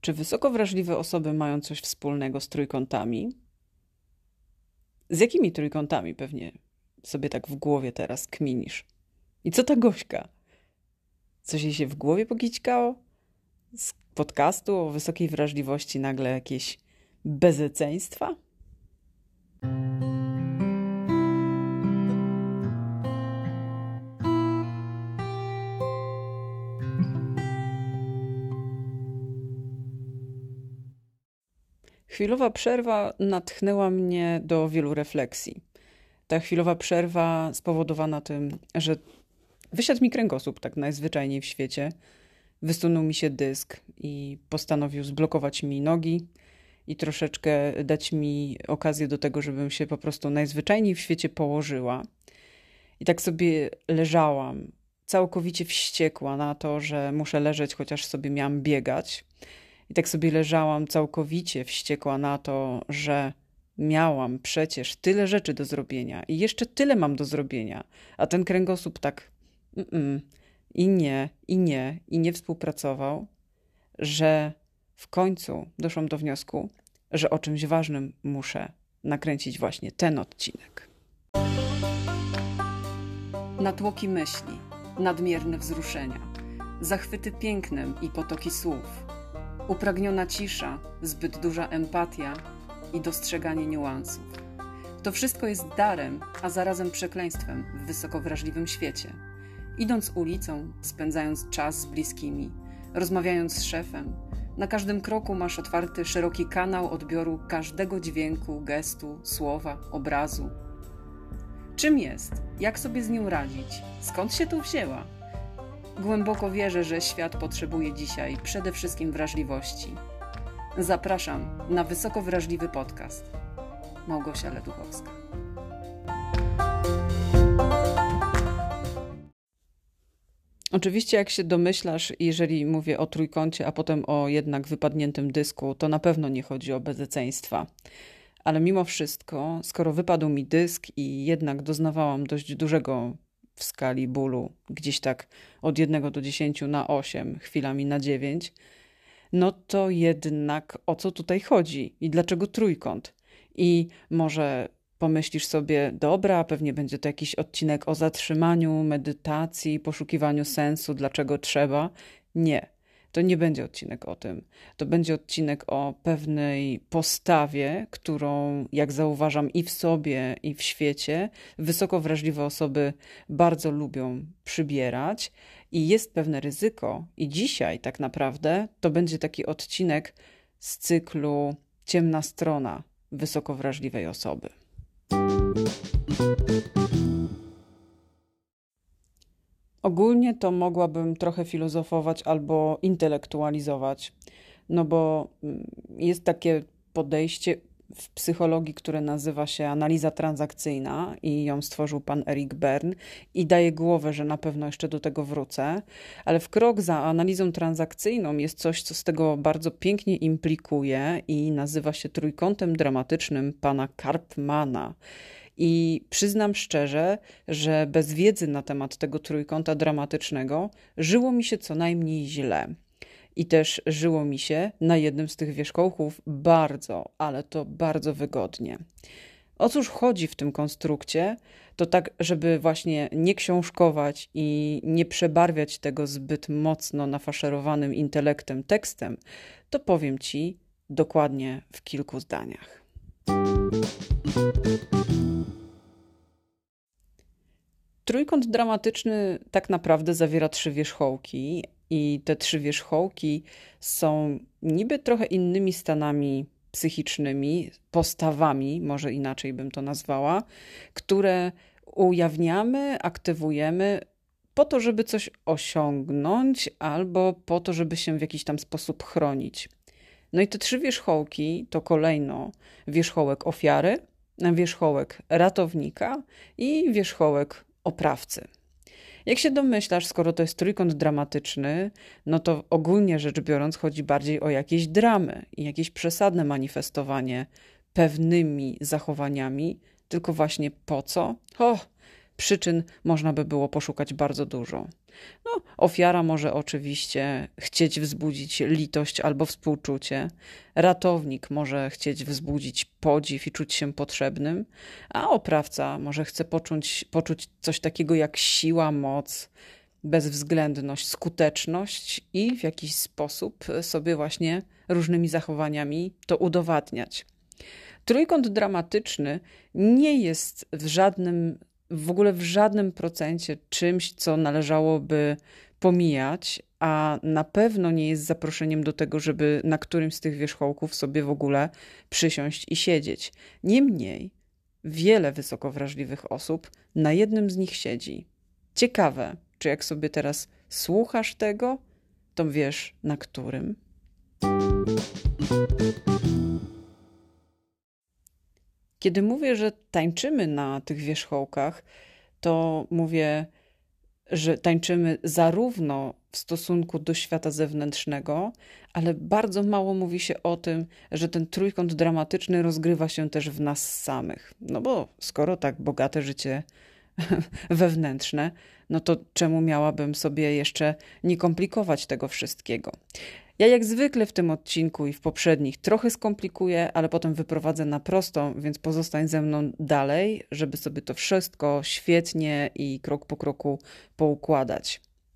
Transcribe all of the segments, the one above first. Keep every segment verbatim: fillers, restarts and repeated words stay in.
Czy wysoko wrażliwe osoby mają coś wspólnego z trójkątami? Z jakimi trójkątami pewnie sobie tak w głowie teraz kminisz? I co ta Gośka? Coś jej się w głowie pokićkało? Z podcastu o wysokiej wrażliwości nagle jakieś bezeceństwa? Chwilowa przerwa natchnęła mnie do wielu refleksji. Ta chwilowa przerwa spowodowana tym, że wysiadł mi kręgosłup tak najzwyczajniej w świecie, wysunął mi się dysk i postanowił zblokować mi nogi i troszeczkę dać mi okazję do tego, żebym się po prostu najzwyczajniej w świecie położyła. I tak sobie leżałam, całkowicie wściekła na to, że muszę leżeć, chociaż sobie miałam biegać. I tak sobie leżałam całkowicie wściekła na to, że miałam przecież tyle rzeczy do zrobienia i jeszcze tyle mam do zrobienia, a ten kręgosłup tak mm, i nie, i nie, i nie współpracował, że w końcu doszłam do wniosku, że o czymś ważnym muszę nakręcić właśnie ten odcinek. Natłoki myśli, nadmierne wzruszenia, zachwyty pięknem i potoki słów, upragniona cisza, zbyt duża empatia i dostrzeganie niuansów. To wszystko jest darem, a zarazem przekleństwem w wysoko wrażliwym świecie. Idąc ulicą, spędzając czas z bliskimi, rozmawiając z szefem, na każdym kroku masz otwarty szeroki kanał odbioru każdego dźwięku, gestu, słowa, obrazu. Czym jest? Jak sobie z nią radzić? Skąd się tu wzięła? Głęboko wierzę, że świat potrzebuje dzisiaj przede wszystkim wrażliwości. Zapraszam na wysoko wrażliwy podcast. Małgosia Leduchowska. Oczywiście, jak się domyślasz, jeżeli mówię o trójkącie, a potem o jednak wypadniętym dysku, to na pewno nie chodzi o bezeceństwa. Ale mimo wszystko, skoro wypadł mi dysk i jednak doznawałam dość dużego w skali bólu, gdzieś tak od jednego do dziesięciu na osiem, chwilami na dziewięć, no to jednak o co tutaj chodzi i dlaczego trójkąt? I może pomyślisz sobie, dobra, pewnie będzie to jakiś odcinek o zatrzymaniu, medytacji, poszukiwaniu sensu, dlaczego trzeba. Nie, to nie będzie odcinek o tym. To będzie odcinek o pewnej postawie, którą, jak zauważam i w sobie, i w świecie, wysoko wrażliwe osoby bardzo lubią przybierać i jest pewne ryzyko. I dzisiaj tak naprawdę to będzie taki odcinek z cyklu Ciemna strona wysoko wrażliwej osoby. Ogólnie to mogłabym trochę filozofować albo intelektualizować, no bo jest takie podejście w psychologii, które nazywa się analiza transakcyjna i ją stworzył pan Eric Berne i daje głowę, że na pewno jeszcze do tego wrócę, ale w krok za analizą transakcyjną jest coś, co z tego bardzo pięknie implikuje i nazywa się trójkątem dramatycznym pana Karpmana. I przyznam szczerze, że bez wiedzy na temat tego trójkąta dramatycznego żyło mi się co najmniej źle. I też żyło mi się na jednym z tych wierzchołków bardzo, ale to bardzo wygodnie. O cóż chodzi w tym konstrukcie? To tak, żeby właśnie nie książkować i nie przebarwiać tego zbyt mocno nafaszerowanym intelektem tekstem, to powiem Ci dokładnie w kilku zdaniach. Trójkąt dramatyczny tak naprawdę zawiera trzy wierzchołki i te trzy wierzchołki są niby trochę innymi stanami psychicznymi, postawami, może inaczej bym to nazwała, które ujawniamy, aktywujemy po to, żeby coś osiągnąć albo po to, żeby się w jakiś tam sposób chronić. No i te trzy wierzchołki to kolejno wierzchołek ofiary, wierzchołek ratownika i wierzchołek oprawcy. Jak się domyślasz, skoro to jest trójkąt dramatyczny, no to ogólnie rzecz biorąc chodzi bardziej o jakieś dramy i jakieś przesadne manifestowanie pewnymi zachowaniami, tylko właśnie po co? O, przyczyn można by było poszukać bardzo dużo. No, ofiara może oczywiście chcieć wzbudzić litość albo współczucie, ratownik może chcieć wzbudzić podziw i czuć się potrzebnym, a oprawca może chce poczuć, poczuć coś takiego jak siła, moc, bezwzględność, skuteczność i w jakiś sposób sobie właśnie różnymi zachowaniami to udowadniać. Trójkąt dramatyczny nie jest w żadnym, w ogóle w żadnym procencie czymś, co należałoby pomijać, a na pewno nie jest zaproszeniem do tego, żeby na którymś z tych wierzchołków sobie w ogóle przysiąść i siedzieć. Niemniej wiele wysoko wrażliwych osób na jednym z nich siedzi. Ciekawe, czy jak sobie teraz słuchasz tego, to wiesz na którym? Kiedy mówię, że tańczymy na tych wierzchołkach, to mówię, że tańczymy zarówno w stosunku do świata zewnętrznego, ale bardzo mało mówi się o tym, że ten trójkąt dramatyczny rozgrywa się też w nas samych. No bo skoro tak bogate życie wewnętrzne, no to czemu miałabym sobie jeszcze nie komplikować tego wszystkiego? Ja jak zwykle w tym odcinku i w poprzednich trochę skomplikuję, ale potem wyprowadzę na prosto, więc pozostań ze mną dalej, żeby sobie to wszystko świetnie i krok po kroku poukładać.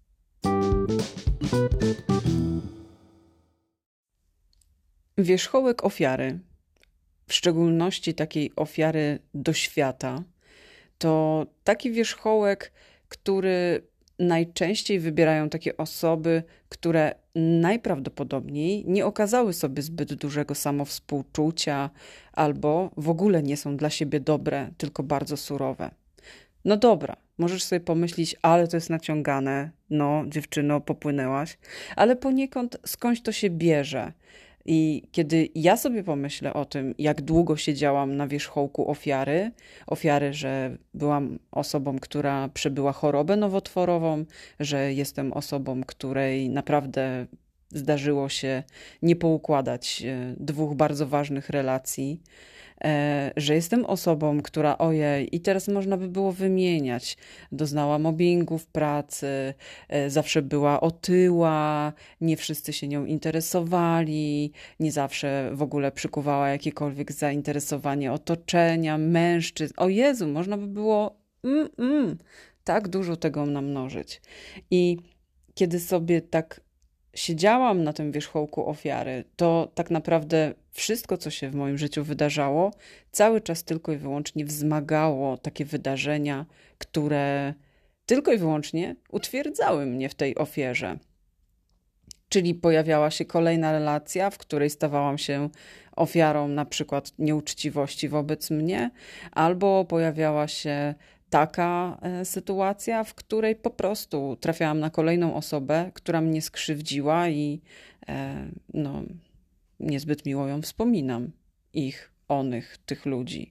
Wierzchołek ofiary, w szczególności takiej ofiary do świata, to taki wierzchołek, który najczęściej wybierają takie osoby, które najprawdopodobniej nie okazały sobie zbyt dużego samowspółczucia albo w ogóle nie są dla siebie dobre, tylko bardzo surowe. No dobra, możesz sobie pomyśleć, ale to jest naciągane, no dziewczyno, popłynęłaś, ale poniekąd skądś to się bierze. I kiedy ja sobie pomyślę o tym, jak długo siedziałam na wierzchołku ofiary, ofiary, że byłam osobą, która przebyła chorobę nowotworową, że jestem osobą, której naprawdę zdarzyło się nie poukładać dwóch bardzo ważnych relacji, że jestem osobą, która ojej, i teraz można by było wymieniać, doznała mobbingu w pracy, zawsze była otyła, nie wszyscy się nią interesowali, nie zawsze w ogóle przykuwała jakiekolwiek zainteresowanie otoczenia, mężczyzn. O Jezu, można by było mm, mm, tak dużo tego namnożyć. I kiedy sobie tak siedziałam na tym wierzchołku ofiary, to tak naprawdę wszystko, co się w moim życiu wydarzało, cały czas tylko i wyłącznie wzmagało takie wydarzenia, które tylko i wyłącznie utwierdzały mnie w tej ofierze. Czyli pojawiała się kolejna relacja, w której stawałam się ofiarą na przykład nieuczciwości wobec mnie, albo pojawiała się taka sytuacja, w której po prostu trafiałam na kolejną osobę, która mnie skrzywdziła i no, niezbyt miło ją wspominam. Ich, onych, tych ludzi.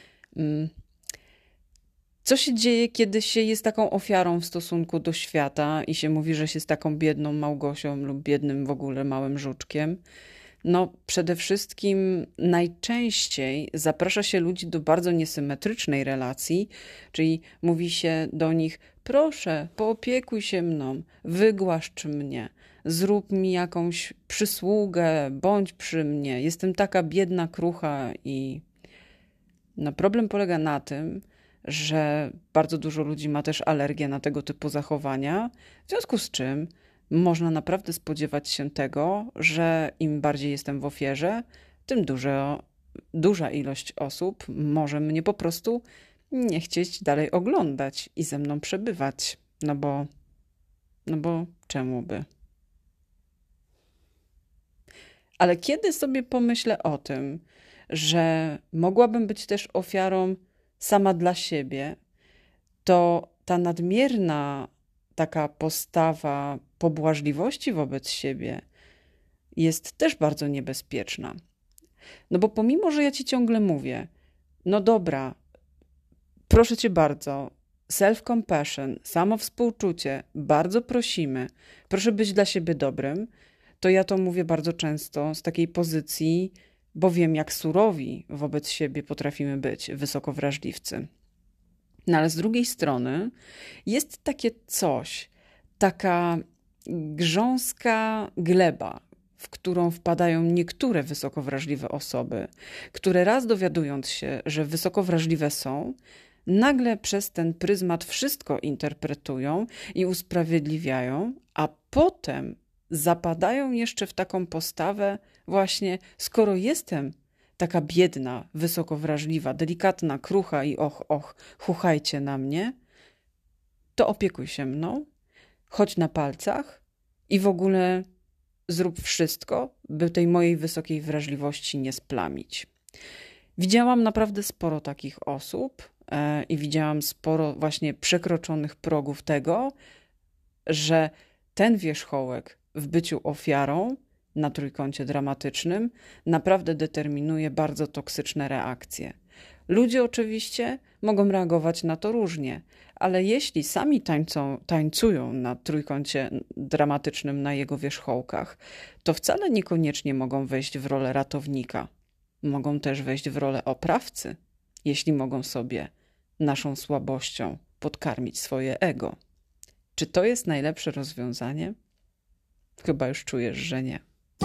Co się dzieje, kiedy się jest taką ofiarą w stosunku do świata i się mówi, że się jest taką biedną Małgosią lub biednym w ogóle małym żuczkiem? No, przede wszystkim najczęściej zaprasza się ludzi do bardzo niesymetrycznej relacji, czyli mówi się do nich: proszę, poopiekuj się mną, wygłaszcz mnie, zrób mi jakąś przysługę, bądź przy mnie, jestem taka biedna, krucha. I no, problem polega na tym, że bardzo dużo ludzi ma też alergię na tego typu zachowania, w związku z czym można naprawdę spodziewać się tego, że im bardziej jestem w ofierze, tym dużo, duża ilość osób może mnie po prostu nie chcieć dalej oglądać i ze mną przebywać. No bo, no bo czemu by? Ale kiedy sobie pomyślę o tym, że mogłabym być też ofiarą sama dla siebie, to ta nadmierna taka postawa pobłażliwości wobec siebie jest też bardzo niebezpieczna. No bo pomimo, że ja ci ciągle mówię, no dobra, proszę cię bardzo, self-compassion, samowspółczucie, bardzo prosimy, proszę być dla siebie dobrym, to ja to mówię bardzo często z takiej pozycji, bo wiem, jak surowi wobec siebie potrafimy być wysoko wrażliwcy. No ale z drugiej strony jest takie coś, taka grząska gleba, w którą wpadają niektóre wysoko wrażliwe osoby, które raz dowiadując się, że wysoko wrażliwe są, nagle przez ten pryzmat wszystko interpretują i usprawiedliwiają, a potem zapadają jeszcze w taką postawę właśnie, skoro jestem taka biedna, wysoko wrażliwa, delikatna, krucha i och, och, chuchajcie na mnie, to opiekuj się mną, chodź na palcach i w ogóle zrób wszystko, by tej mojej wysokiej wrażliwości nie splamić. Widziałam naprawdę sporo takich osób e, i widziałam sporo właśnie przekroczonych progów tego, że ten wierzchołek w byciu ofiarą na trójkącie dramatycznym naprawdę determinuje bardzo toksyczne reakcje. Ludzie oczywiście mogą reagować na to różnie, ale jeśli sami tańczą, tańcują na trójkącie dramatycznym na jego wierzchołkach, to wcale niekoniecznie mogą wejść w rolę ratownika. Mogą też wejść w rolę oprawcy, jeśli mogą sobie naszą słabością podkarmić swoje ego. Czy to jest najlepsze rozwiązanie? Chyba już czujesz, że nie.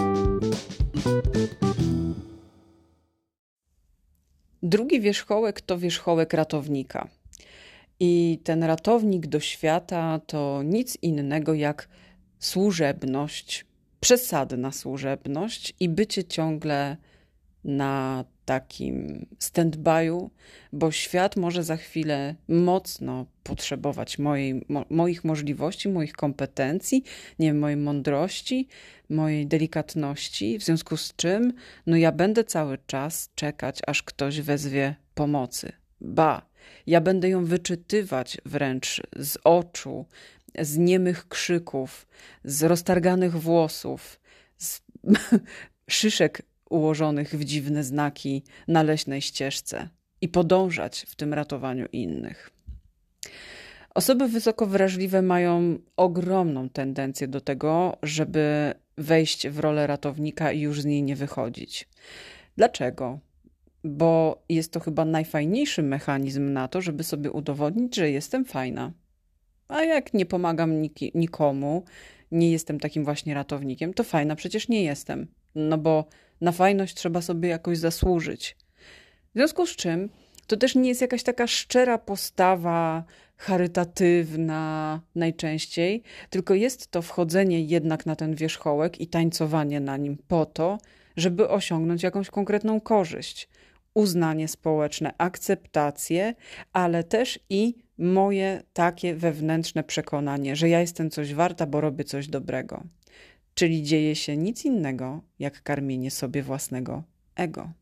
Drugi wierzchołek to wierzchołek ratownika. I ten ratownik do świata to nic innego jak służebność, przesadna służebność i bycie ciągle na takim stand-by'u, bo świat może za chwilę mocno potrzebować mojej, mo, moich możliwości, moich kompetencji, nie wiem, mojej mądrości, mojej delikatności, w związku z czym no ja będę cały czas czekać, aż ktoś wezwie pomocy. Ba, ja będę ją wyczytywać wręcz z oczu, z niemych krzyków, z roztarganych włosów, z szyszek ułożonych w dziwne znaki na leśnej ścieżce i podążać w tym ratowaniu innych. Osoby wysoko wrażliwe mają ogromną tendencję do tego, żeby wejść w rolę ratownika i już z niej nie wychodzić. Dlaczego? Bo jest to chyba najfajniejszy mechanizm na to, żeby sobie udowodnić, że jestem fajna. A jak nie pomagam nik- nikomu, nie jestem takim właśnie ratownikiem, to fajna przecież nie jestem. No bo na fajność trzeba sobie jakoś zasłużyć. W związku z czym to też nie jest jakaś taka szczera postawa charytatywna najczęściej, tylko jest to wchodzenie jednak na ten wierzchołek i tańcowanie na nim po to, żeby osiągnąć jakąś konkretną korzyść. Uznanie społeczne, akceptację, ale też i moje takie wewnętrzne przekonanie, że ja jestem coś warta, bo robię coś dobrego. Czyli dzieje się nic innego, jak karmienie sobie własnego ego.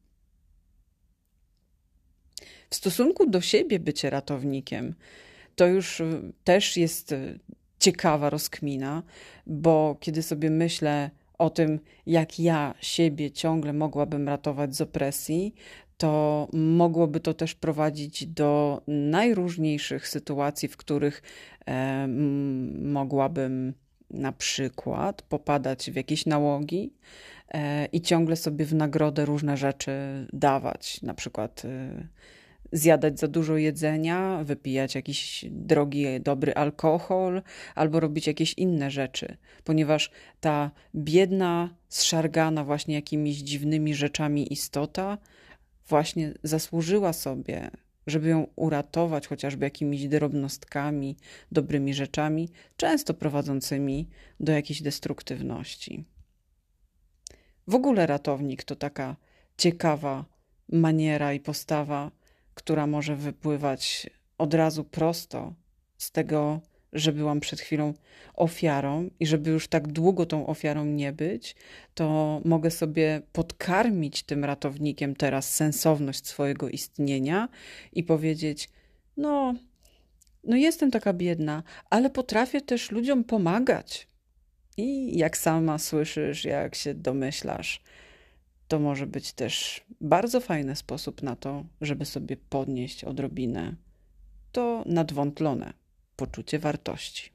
W stosunku do siebie bycie ratownikiem to już też jest ciekawa rozkmina, bo kiedy sobie myślę o tym, jak ja siebie ciągle mogłabym ratować z opresji, to mogłoby to też prowadzić do najróżniejszych sytuacji, w których e, mogłabym na przykład popadać w jakieś nałogi e, i ciągle sobie w nagrodę różne rzeczy dawać, na przykład e, zjadać za dużo jedzenia, wypijać jakiś drogi, dobry alkohol albo robić jakieś inne rzeczy, ponieważ ta biedna, zszargana właśnie jakimiś dziwnymi rzeczami istota właśnie zasłużyła sobie, żeby ją uratować chociażby jakimiś drobnostkami, dobrymi rzeczami, często prowadzącymi do jakiejś destruktywności. W ogóle ratownik to taka ciekawa maniera i postawa, która może wypływać od razu prosto z tego, że byłam przed chwilą ofiarą i żeby już tak długo tą ofiarą nie być, to mogę sobie podkarmić tym ratownikiem teraz sensowność swojego istnienia i powiedzieć, no, no jestem taka biedna, ale potrafię też ludziom pomagać. I jak sama słyszysz, jak się domyślasz, to może być też bardzo fajny sposób na to, żeby sobie podnieść odrobinę to nadwątlone poczucie wartości.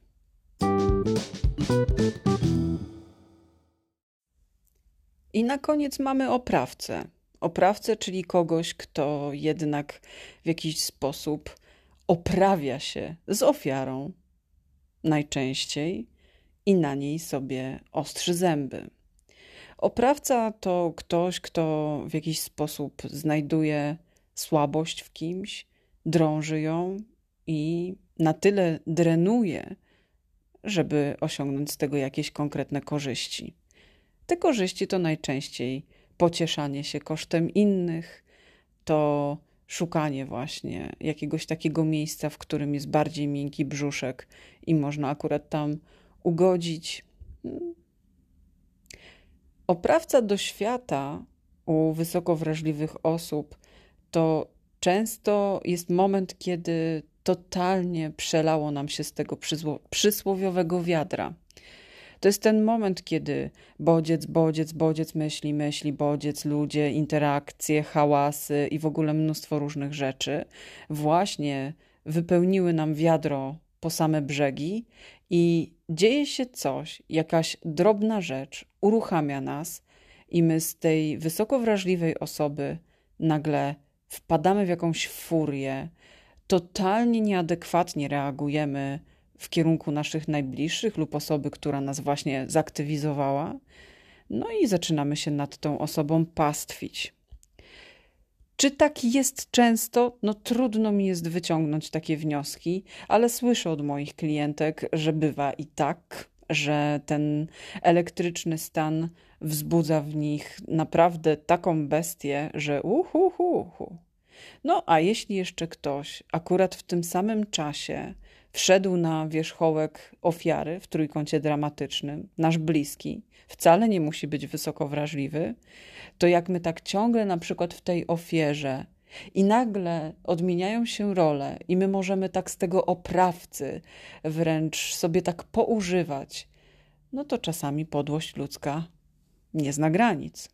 I na koniec mamy oprawcę. Oprawcę, czyli kogoś, kto jednak w jakiś sposób oprawia się z ofiarą najczęściej i na niej sobie ostrzy zęby. Oprawca to ktoś, kto w jakiś sposób znajduje słabość w kimś, drąży ją i na tyle drenuje, żeby osiągnąć z tego jakieś konkretne korzyści. Te korzyści to najczęściej pocieszanie się kosztem innych, to szukanie właśnie jakiegoś takiego miejsca, w którym jest bardziej miękki brzuszek i można akurat tam ugodzić. Oprawca do świata u wysoko wrażliwych osób to często jest moment, kiedy totalnie przelało nam się z tego przysłowiowego wiadra. To jest ten moment, kiedy bodziec, bodziec, bodziec, myśli, myśli, bodziec, ludzie, interakcje, hałasy i w ogóle mnóstwo różnych rzeczy właśnie wypełniły nam wiadro po same brzegi i dzieje się coś, jakaś drobna rzecz uruchamia nas i my z tej wysoko wrażliwej osoby nagle wpadamy w jakąś furię, totalnie nieadekwatnie reagujemy w kierunku naszych najbliższych lub osoby, która nas właśnie zaktywizowała, no i zaczynamy się nad tą osobą pastwić. Czy tak jest często? No trudno mi jest wyciągnąć takie wnioski, ale słyszę od moich klientek, że bywa i tak, że ten elektryczny stan wzbudza w nich naprawdę taką bestię, że uhu, hu, hu. No a jeśli jeszcze ktoś akurat w tym samym czasie wszedł na wierzchołek ofiary w trójkącie dramatycznym, nasz bliski, wcale nie musi być wysoko wrażliwy, to jak my tak ciągle na przykład w tej ofierze i nagle odmieniają się role i my możemy tak z tego oprawcy wręcz sobie tak poużywać, no to czasami podłość ludzka nie zna granic.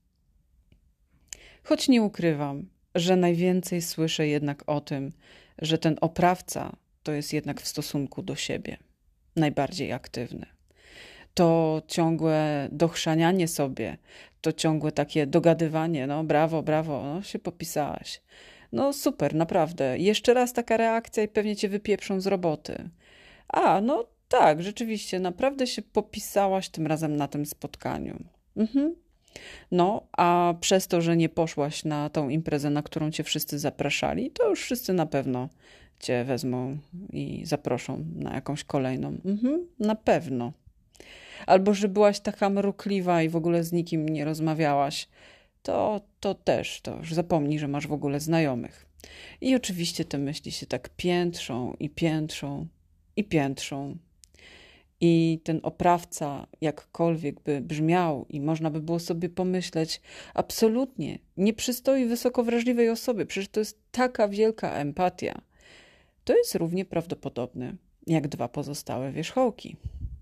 Choć nie ukrywam, że najwięcej słyszę jednak o tym, że ten oprawca to jest jednak w stosunku do siebie najbardziej aktywny. To ciągłe dochrzanianie sobie, to ciągłe takie dogadywanie, no brawo, brawo, no się popisałaś. No super, naprawdę. Jeszcze raz taka reakcja i pewnie cię wypieprzą z roboty. A, no tak, rzeczywiście, naprawdę się popisałaś tym razem na tym spotkaniu. Mhm. No, a przez to, że nie poszłaś na tą imprezę, na którą cię wszyscy zapraszali, to już wszyscy na pewno cię wezmą i zaproszą na jakąś kolejną. Mhm, na pewno. Albo, że byłaś taka mrukliwa i w ogóle z nikim nie rozmawiałaś, to, to też, to już zapomnij, że masz w ogóle znajomych. I oczywiście te myśli się tak piętrzą i piętrzą i piętrzą. I ten oprawca, jakkolwiek by brzmiał i można by było sobie pomyśleć, absolutnie nie przystoi wysoko wrażliwej osobie, przecież to jest taka wielka empatia. To jest równie prawdopodobne jak dwa pozostałe wierzchołki.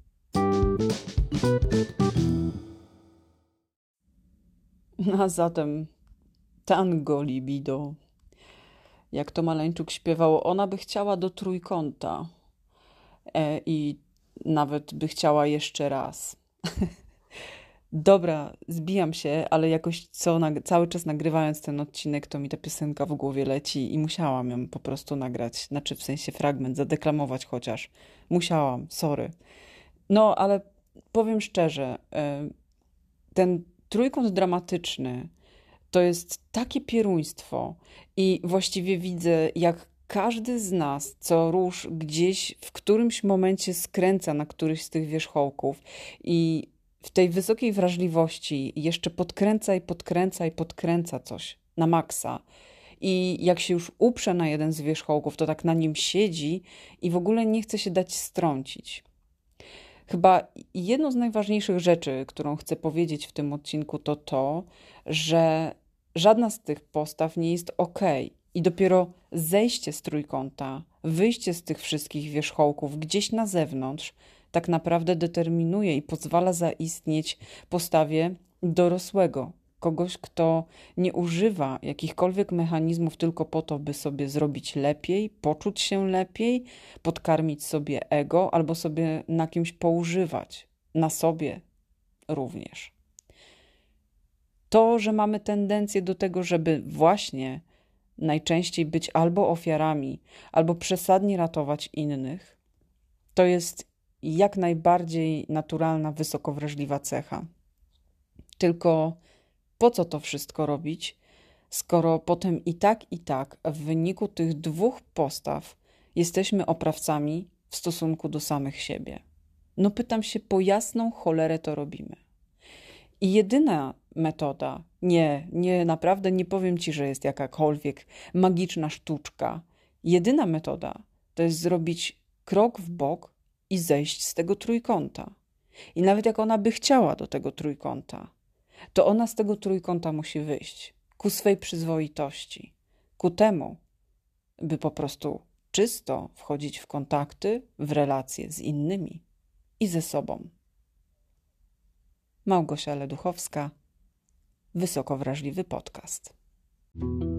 A zatem tango libido. Jak to Maleńczuk śpiewał, ona by chciała do trójkąta e, i nawet by chciała jeszcze raz. Dobra, zbijam się, ale jakoś co, cały czas nagrywając ten odcinek, to mi ta piosenka w głowie leci i musiałam ją po prostu nagrać. Znaczy w sensie fragment, zadeklamować chociaż. Musiałam, sorry. No, ale powiem szczerze, ten trójkąt dramatyczny to jest takie pieruństwo i właściwie widzę, jak każdy z nas co rusz gdzieś w którymś momencie skręca na któryś z tych wierzchołków i w tej wysokiej wrażliwości jeszcze podkręca i podkręca i podkręca coś na maksa. I jak się już uprze na jeden z wierzchołków, to tak na nim siedzi i w ogóle nie chce się dać strącić. Chyba jedną z najważniejszych rzeczy, którą chcę powiedzieć w tym odcinku, to to, że żadna z tych postaw nie jest okej. I dopiero zejście z trójkąta, wyjście z tych wszystkich wierzchołków gdzieś na zewnątrz tak naprawdę determinuje i pozwala zaistnieć postawie dorosłego. Kogoś, kto nie używa jakichkolwiek mechanizmów tylko po to, by sobie zrobić lepiej, poczuć się lepiej, podkarmić sobie ego albo sobie na kimś poużywać, na sobie również. To, że mamy tendencję do tego, żeby właśnie najczęściej być albo ofiarami, albo przesadnie ratować innych, to jest jak najbardziej naturalna, wysoko wrażliwa cecha. Tylko po co to wszystko robić, skoro potem i tak, i tak w wyniku tych dwóch postaw jesteśmy oprawcami w stosunku do samych siebie? No pytam się, po jasną cholerę to robimy. I jedyna metoda, nie, nie, naprawdę nie powiem ci, że jest jakakolwiek magiczna sztuczka. Jedyna metoda to jest zrobić krok w bok i zejść z tego trójkąta. I nawet jak ona by chciała do tego trójkąta, to ona z tego trójkąta musi wyjść ku swej przyzwoitości, ku temu, by po prostu czysto wchodzić w kontakty, w relacje z innymi i ze sobą. Małgosia Leduchowska, Wysoko Wrażliwy Podcast.